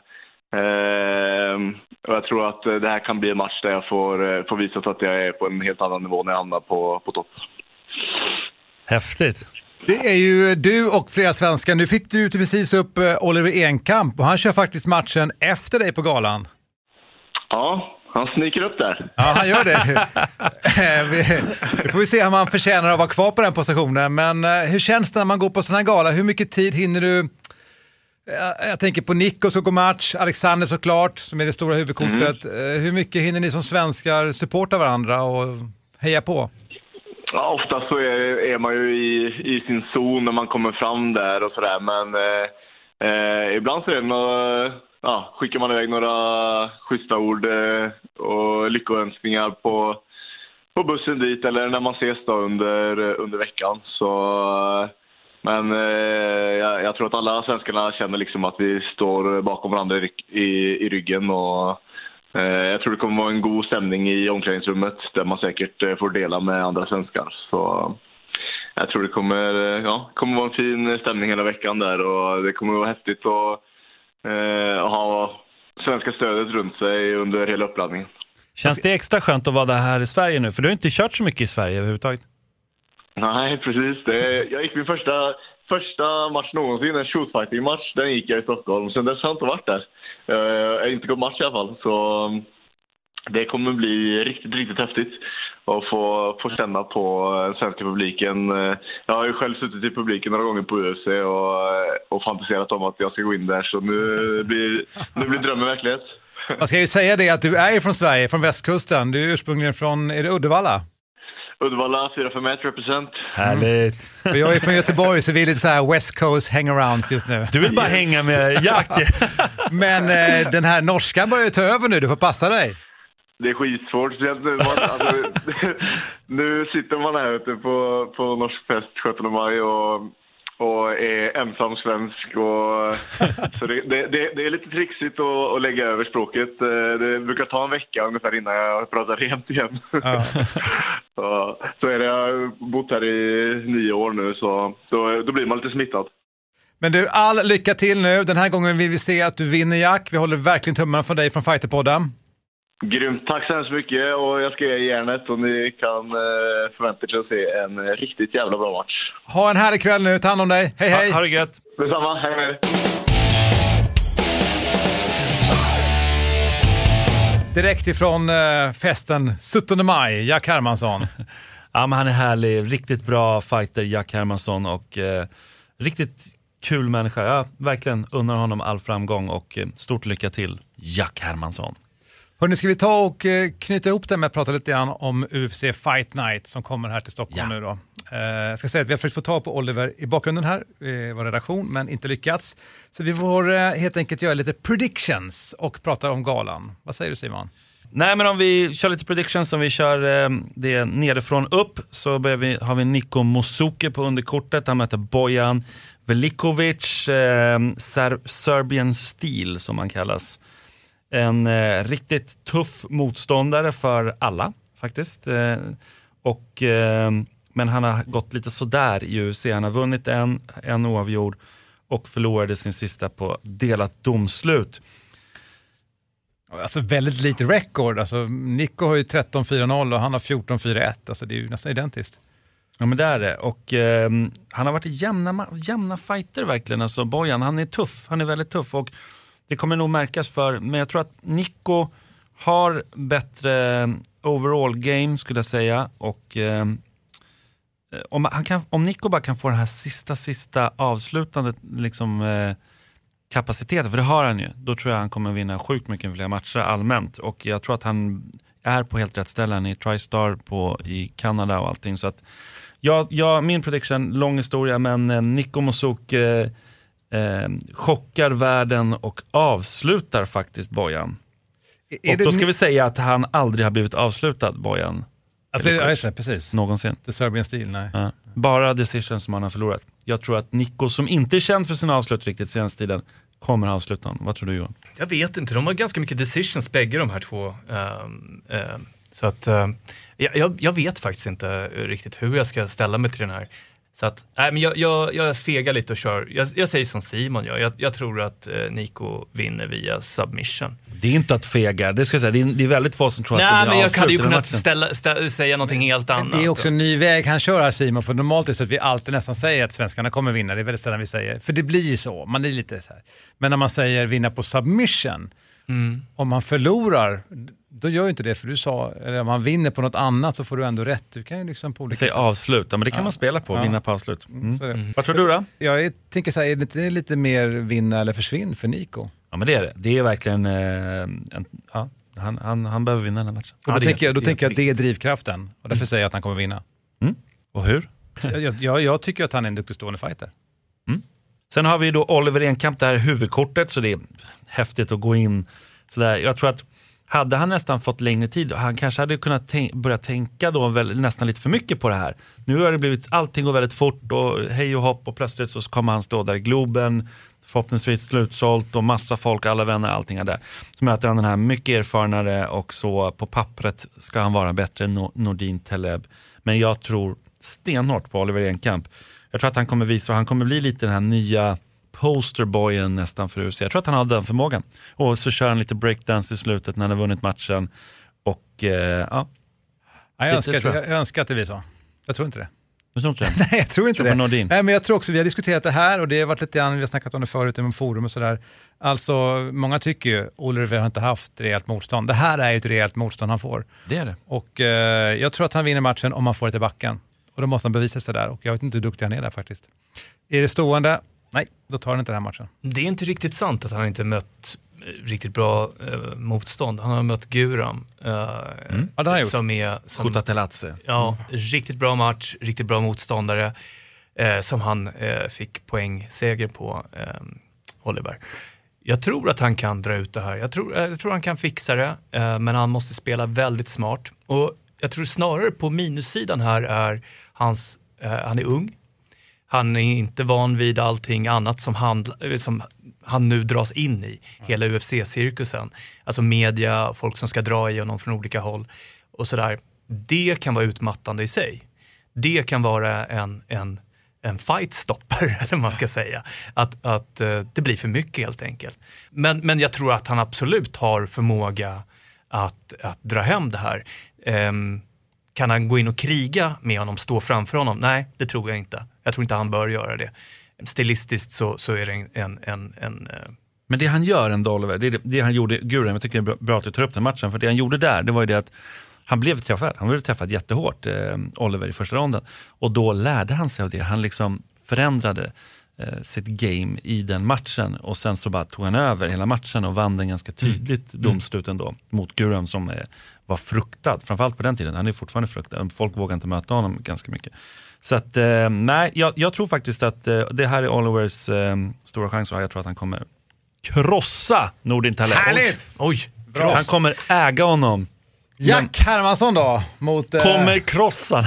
jag tror att det här kan bli en match där jag får visa att jag är på en helt annan nivå när jag hamnar på topp. Häftigt. Det är ju du och flera svenskar. Nu fick du precis upp Oliver Enkamp och han kör faktiskt matchen efter dig på galan. Ja, han sniker upp där. Ja, han gör det. Vi får se om han förtjänar att vara kvar på den positionen. Men hur känns det när man går på sån här gala? Hur mycket tid hinner du? Jag tänker på Nico som går match, Alexander såklart, som är det stora huvudkortet. Hur mycket hinner ni som svenskar supporta varandra och heja på? Ja, ofta så är man ju i sin zon när man kommer fram där och sådär. Men ibland så är det skickar man iväg några schyssta ord och lyckoönskningar på bussen dit eller när man ses då under veckan. Så, men jag tror att alla svenskarna känner liksom att vi står bakom varandra i ryggen och jag tror det kommer vara en god stämning i omklädningsrummet där man säkert får dela med andra svenskar. Så jag tror det kommer vara en fin stämning hela veckan där och det kommer vara häftigt att ha svenska stödet runt sig under hela uppladdningen. Känns det extra skönt att vara här i Sverige nu? För du har inte kört så mycket i Sverige överhuvudtaget. Nej, precis. Jag gick min första match någonsin, en shootfighting-match. Den gick jag i Stockholm. Sen dess har jag inte varit där. Jag har inte gått match i alla fall. Så det kommer bli riktigt, riktigt häftigt att få känna på svenska publiken. Jag har ju själv suttit i publiken några gånger på UFC och fantiserat om att jag ska gå in där, så nu blir drömmen verklighet. Jag ska ju säga det att du är från Sverige, från västkusten. Du är ursprungligen från, är det Uddevalla? Uddevalla, 451 represent. Härligt. Och jag är från Göteborg, så vi är lite så här West Coast hangarounds just nu. Du vill bara hänga med Jack. Men den här norskan börjar ju ta över nu, du får passa dig. Det är skitsvårt. Nu sitter man här ute på norsk fest 17 maj och är ensam svensk. Så det är lite trixigt att lägga över språket. Det brukar ta en vecka ungefär innan jag pratar rent igen. Ja. så är det. Jag har bott här i 9 år nu, så då blir man lite smittad. Men du, all lycka till nu. Den här gången vill vi se att du vinner, Jack. Vi håller verkligen tummarna för dig från Fighterpodden. Grymt, tack så hemskt mycket, och jag ska ge järnet och ni kan förvänta er att se en riktigt jävla bra match. Ha en härlig kväll nu, ta hand om dig. Hej hej! Ha det gött! Detsamma, hej hej! Direkt ifrån festen 17 maj, Jack Hermansson. Ja, men han är härlig, riktigt bra fighter, Jack Hermansson, och riktigt kul människa. Jag verkligen unnar honom all framgång, och stort lycka till, Jack Hermansson. Hörrni, ska vi ta och knyta ihop det med att prata lite grann om UFC Fight Night som kommer här till Stockholm nu då. Jag ska säga att vi har försökt få ta på Oliver i bakgrunden här, vår redaktion, men inte lyckats. Så vi får helt enkelt göra lite predictions och prata om galan. Vad säger du, Simon? Nej, men om vi kör lite predictions, om vi kör det nerifrån upp, så har vi Niko Mosuke på underkortet. Han möter Bojan Velikovic, Serbian Steel som han kallas. En riktigt tuff motståndare för alla faktiskt. Men han har gått lite sådär i UFC. Han har vunnit en oavgjord och förlorade sin sista på delat domslut. Alltså väldigt lite record. Alltså, Nico har ju 13-4-0 och han har 14-4-1. Alltså det är ju nästan identiskt. Ja, men det är det. Och han har varit i jämna fighter verkligen. Alltså Bojan, han är tuff. Han är väldigt tuff, och det kommer nog märkas men jag tror att Nico har bättre overall game, skulle jag säga, och om Nico bara kan få den här sista avslutande liksom, kapaciteten, för det har han ju, då tror jag han kommer vinna sjukt mycket fler matcher allmänt, och jag tror att han är på helt rätt ställen i TriStar i Kanada och allting, så att min prediction, lång historia, men Niko Mosuke chockar världen och avslutar faktiskt Bojan. Och då ska vi säga att han aldrig har blivit avslutad, Bojan. Alltså, precis. Någonsin. The Serbian Steel, nej. Ja. Bara decision som han har förlorat. Jag tror att Nico, som inte är känd för sina avslut riktigt senaste tiden, kommer att avsluta honom. Vad tror du, Johan? Jag vet inte, de har ganska mycket decisions bägge de här två. Så att jag vet faktiskt inte riktigt hur jag ska ställa mig till den här. Så att, men jag fegar lite och kör. Jag säger som Simon, jag tror att Nico vinner via submission. Det är inte att fega, det ska jag säga. Det är väldigt få som tror att det blir men jag avslut. hade ju kunnat säga någonting helt annat. Det är också en ny väg han kör här, Simon, för normalt är det så att vi alltid nästan säger att svenskarna kommer vinna. Det är väldigt sällan vi säger, för det blir ju så, man är lite så här. Men när man säger vinna på submission, om man förlorar, då gör ju inte det, för du sa, eller om man vinner på något annat så får du ändå rätt. Du kan ju liksom på olika säg avslut, men det kan man spela på, vinna på avslut. Vad tror du då? Jag tänker så här, är det lite mer vinna eller försvinn för Nico? Ja, men det är det. Det är verkligen han behöver vinna den här matchen. Och då tänker jag att det är drivkraften, och därför säger jag att han kommer vinna. Och hur? Jag tycker att han är en duktig stående fighter. Sen har vi då Oliver Enkamp, det här huvudkortet, så det är häftigt att gå in sådär. Jag tror att hade han nästan fått längre tid, han kanske hade kunnat börja tänka då nästan lite för mycket på det här. Nu har det blivit, allting går väldigt fort och hej och hopp, och plötsligt så kommer han stå där i Globen, förhoppningsvis slutsålt och massa folk, alla vänner, allting är där. Så möter han den här mycket erfarnare, och så på pappret ska han vara bättre än Nordin Taleb. Men jag tror stenhårt på Oliver Enkamp. Jag tror att han kommer visa, och han kommer bli lite den här nya posterboyen nästan för UFC. Jag tror att han har den förmågan. Och så kör han lite breakdance i slutet när han har vunnit matchen. Och jag önskar att det blir så. Jag tror inte det. Jag tror inte det. Nej, jag tror inte det. Nordin. Nej, men jag tror också, vi har diskuterat det här och det har varit lite grann, vi har snackat om det förut i forum och sådär. Alltså, många tycker ju, Oliver har inte haft rejält motstånd. Det här är ju ett rejält motstånd han får. Det är det. Och jag tror att han vinner matchen om han får det till backen. Och då måste han bevisa sig där och jag vet inte hur duktig han är där faktiskt. Är det stående? Nej, då tar han inte den här matchen. Det är inte riktigt sant att han inte mött riktigt bra motstånd. Han har mött Guram. Ja, det har han gjort. Som är... Riktigt bra match, riktigt bra motståndare. Som han fick poängseger på, Oliver. Jag tror att han kan dra ut det här. Jag tror han kan fixa det, men han måste spela väldigt smart. Och jag tror snarare på minussidan här är han är ung. Han är inte van vid allting annat som han nu dras in i. Hela UFC-cirkusen. Alltså media, folk som ska dra i honom från olika håll. Och sådär. Det kan vara utmattande i sig. Det kan vara en fight-stopper, eller vad man ska säga. Att det blir för mycket helt enkelt. Men jag tror att han absolut har förmåga att dra hem det här. Kan han gå in och kriga med honom, stå framför honom? Nej, det tror jag inte. Jag tror inte han bör göra det. Stilistiskt så är det en Men det han gör ändå, Oliver, det han gjorde, Guram, jag tycker det är bra att du tar upp den matchen, för det han gjorde där, det var ju det att han blev träffad jättehårt, Oliver, i första ronden. Och då lärde han sig av det. Han liksom förändrade sitt game i den matchen. Och sen så bara tog han över hela matchen och vann den ganska tydligt domslut ändå mot Guram som var fruktad. Framförallt på den tiden. Han är fortfarande fruktad. Folk vågar inte möta honom ganska mycket. Så att, nej, jag tror faktiskt att det här är Olivers stora chans. Och jag tror att han kommer krossa Nordin Taleb. Härligt! Oj, han kommer äga honom. Jack Hermansson då mot kommer krossa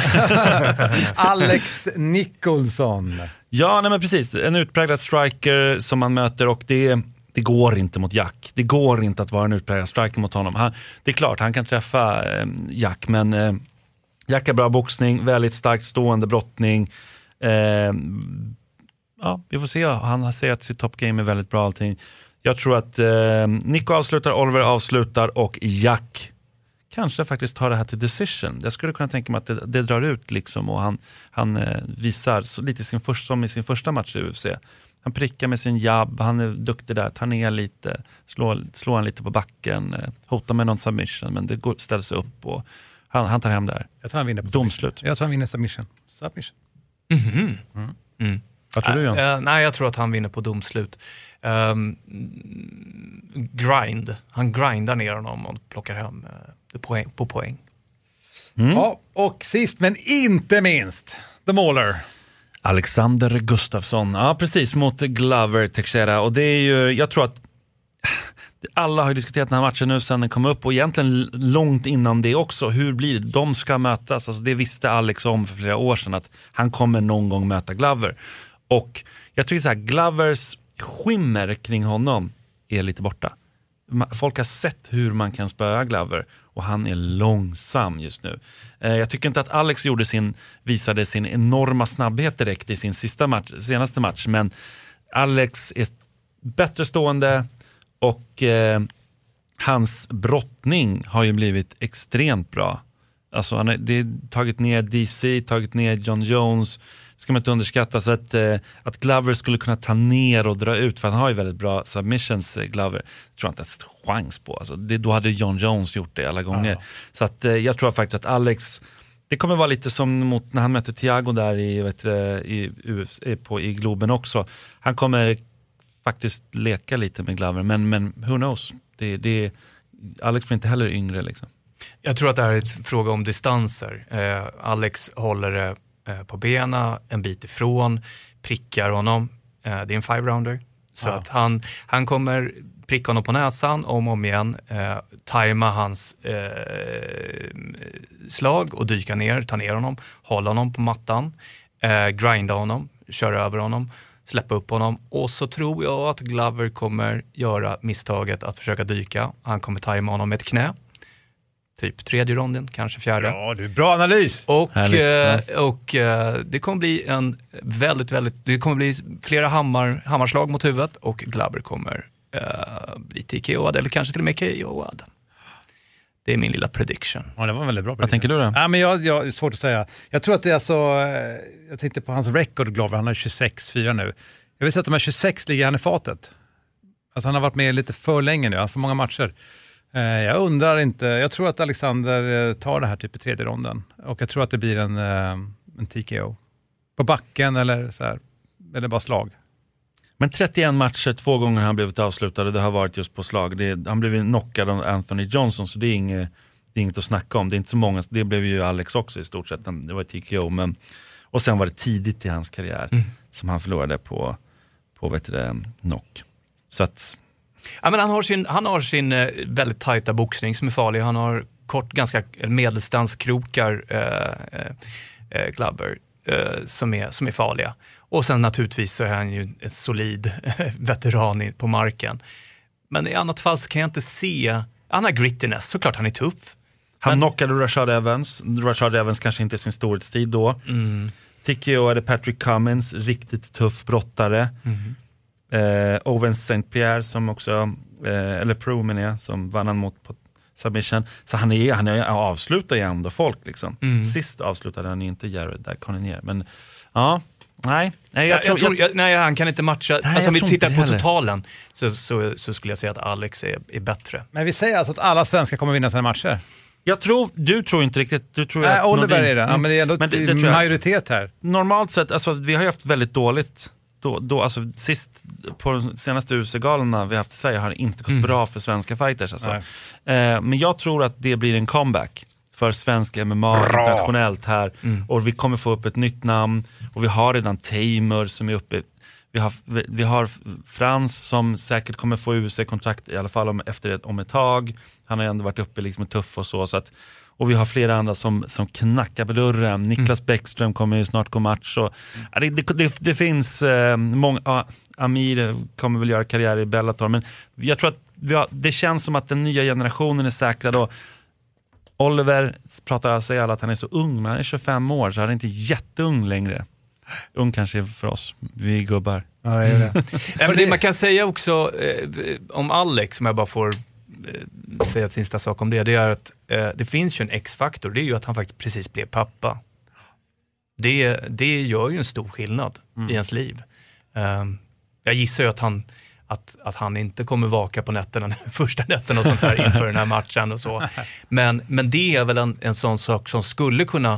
Alex Nicholson. Ja, nej men precis. En utpräglad striker som man möter och det går inte mot Jack. Det går inte att vara en utpräglad striker mot honom. Det är klart, han kan träffa Jack, men Jack är bra boxning, väldigt starkt stående brottning. Ja, vi får se. Han har sagt att sitt top game är väldigt bra allting. Jag tror att Nico avslutar, Oliver avslutar och Jack kanske faktiskt tar det här till decision. Jag skulle kunna tänka mig att det drar ut liksom, och han visar så lite som i sin första match i UFC. Han prickar med sin jabb, han är duktig där, tar ner lite, slår han lite på backen, hotar med någon submission, men det ställs upp och han tar hem där. Jag tror han vinner på domslut. Jag tror han vinner submission. Vad tror du, Jan? Nej, jag tror att han vinner på domslut. Han grindar ner honom och plockar hem poäng. Ja, och sist men inte minst, The Mauler. Alexander Gustafsson. Ja, precis, mot Glover Teixeira. Och det är ju, jag tror att alla har ju diskuterat den här matchen nu sedan den kom upp och egentligen långt innan det också. Hur blir det? De ska mötas. Alltså det visste Alex om för flera år sedan att han kommer någon gång möta Glover. Och jag tycker så här, Glovers skimmer kring honom är lite borta. Folk har sett hur man kan spöa Glover och han är långsam just nu. Jag tycker inte att Alex visade sin enorma snabbhet direkt i sin senaste match, men Alex är bättre stående och hans brottning har ju blivit extremt bra. Alltså han har tagit ner DC, tagit ner John Jones, ska man inte underskatta, så att Glover skulle kunna ta ner och dra ut, för han har ju väldigt bra submissions, Glover, tror jag inte ens chans på. Alltså då hade John Jones gjort det alla gånger. Så att jag tror faktiskt att Alex, det kommer vara lite som mot när han mötte Thiago där i Globen också. Han kommer faktiskt leka lite med Glover, men who knows? Alex blir inte heller yngre liksom. Jag tror att det här är ett fråga om distanser. Alex håller det på bena, en bit ifrån, prickar honom. Det är en 5-rounder. Så att han kommer pricka honom på näsan om igen, tajma hans slag och dyka ner, ta ner honom, hålla honom på mattan, grinda honom, köra över honom, släppa upp honom. Och så tror jag att Glover kommer göra misstaget att försöka dyka. Han kommer tajma honom med ett knä. Typ tredje ronden, kanske fjärde. Ja, det är bra analys. Och det kommer bli det kommer bli flera hammarslag mot huvudet och Glover kommer bli TKO'ad eller kanske till och med KO'ad. Det är min lilla prediction. Ja, det var en väldigt bra prediction. Vad tänker du då? Ja, men jag är svårt att säga. Jag tror att det är alltså, jag tänkte på hans record, Glover, han har 26-4 nu. Jag vill säga att de här 26 ligger han i fatet. Alltså han har varit med lite för länge nu, han har för många matcher. Jag undrar inte, jag tror att Alexander tar det här typ i tredje ronden. Och jag tror att det blir en TKO. På backen eller så här, eller bara slag. Men 31 matcher, 2 gånger han blivit avslutad och det har varit just på slag. Han blev knockad av Anthony Johnson, så det är inget att snacka om. Det är inte så många, det blev ju Alex också i stort sett. Det var TKO, men och sen var det tidigt i hans karriär som han förlorade på knock. Så att ja, men han har sin väldigt tajta boxning som är farlig. Han har ganska medeldistanskrokar Glover som är farliga. Och sen naturligtvis så är han ju en solid veteran på marken. Men i annat fall så kan jag inte se... Han har grittiness, såklart han är tuff. Han knockade Rashad Evans. Rashad Evans kanske inte är sin storhetstid då. TKO är det Patrick Cummins, riktigt tuff brottare. Owen St. Pierre som också, eller Pro menar jag, som vann han mot på submission. Så han är avslutar ju ändå folk liksom. Sist avslutade han inte Jared där Connonier. Men ja, nej, han kan inte matcha. Nej, alltså om vi tittar på totalen så skulle jag säga att Alex är bättre. Men vi säger alltså att alla svenskar kommer vinna sina matcher. Du tror inte riktigt. Du tror nej, Oliver är det. Ja, men det är ändå majoritet här. Normalt sett, alltså vi har ju haft väldigt dåligt då alltså sist på de senaste UFC-galorna vi har haft i Sverige har det inte gått bra för svenska fighters alltså. Men jag tror att det blir en comeback för svensk MMA internationellt här och vi kommer få upp ett nytt namn och vi har redan Tamer som är uppe. Vi har Frans som säkert kommer få UFC-kontrakt i alla fall om ett tag. Han har ändå varit uppe liksom tuff och så att, och vi har flera andra som knackar på dörren. Niklas Bäckström kommer ju snart gå match. Och, det finns många... Amir kommer väl göra karriär i Bellator. Men jag tror att det känns som att den nya generationen är säkrad. Och Oliver pratar sig alla att han är så ung. Men han är 25 år så han är inte jätteung längre. Ung kanske för oss. Vi är gubbar. Ja, det är det. Men det man kan säga också om Alex, som jag bara får... säga ett sista sak om det är att det finns ju en X-faktor, det är ju att han faktiskt precis blev pappa. Det gör ju en stor skillnad i ens liv. Jag gissar ju att han inte kommer vaka på nätterna, första nätterna och sånt där inför den här matchen och så. Men det är väl en sån sak som skulle kunna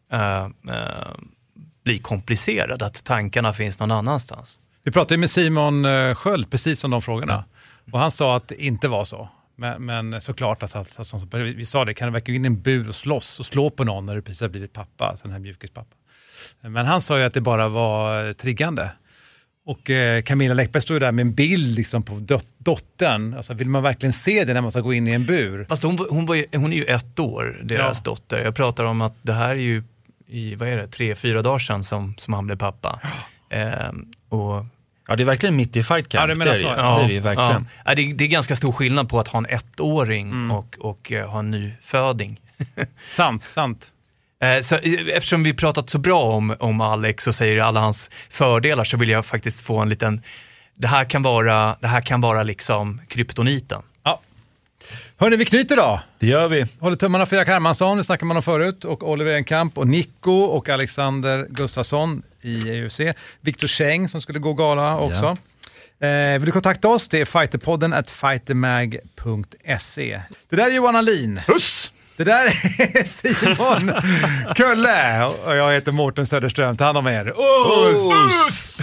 bli komplicerad, att tankarna finns någon annanstans. Vi pratade med Simon Sköld precis om de frågorna. Och han sa att det inte var så. Men såklart att vi sa det, kan du verkligen in i en bur och slåss och slå på någon när du precis har blivit pappa, sån här mjukispappa. Men han sa ju att det bara var triggande. Och Camilla Läckberg stod där med en bild liksom på dottern. Alltså, vill man verkligen se det när man ska gå in i en bur? Fast hon är ju 1 år, deras dotter. Jag pratar om att det här är ju i 3-4 dagar sedan som han blev pappa. Och ja, det är verkligen mitt i fight camp. Ja, det är det verkligen. Ja. Det är ganska stor skillnad på att ha en 1-åring och ha en nyföding. Sant. Så, eftersom vi pratat så bra om Alex och säger alla hans fördelar, så vill jag faktiskt få en liten... Det här kan vara liksom kryptoniten. Ja. Hörrni, vi knyter då. Det gör vi. Håller tummarna för Jack Hermansson, det snackade man om förut. Och Oliver Enkamp och Nico och Alexander Gustafsson i UFC. Viktor Cheng som skulle gå gala också. Vill du kontakta oss? Det är fighterpodden@fightermag.se. Det där är Johan Alin. Huss! Det där är Simon Kölle. Och jag heter Mårten Söderström. Ta hand om er. Uss!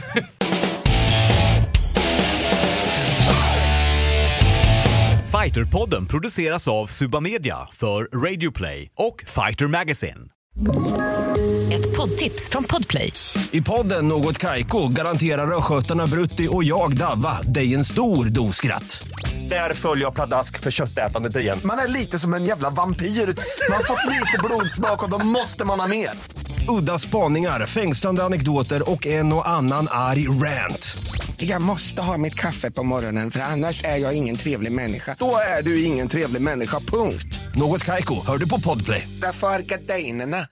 Fighterpodden produceras av Suba Media för Radio Play och Fighter Magazine. Ett poddtips från Podplay. I podden Något Kaiko garanterar röskötarna Brutti och jag Davva dig en stor doskratt. Där följer jag pladask för köttätandet igen. Man är lite som en jävla vampyr. Man har fått lite blodsmak och då måste man ha mer. Udda spaningar, fängslande anekdoter och en och annan arg rant. Jag måste ha mitt kaffe på morgonen för annars är jag ingen trevlig människa. Då är du ingen trevlig människa, punkt. Något Kaiko, hör du på Podplay. Därför är gardinerna.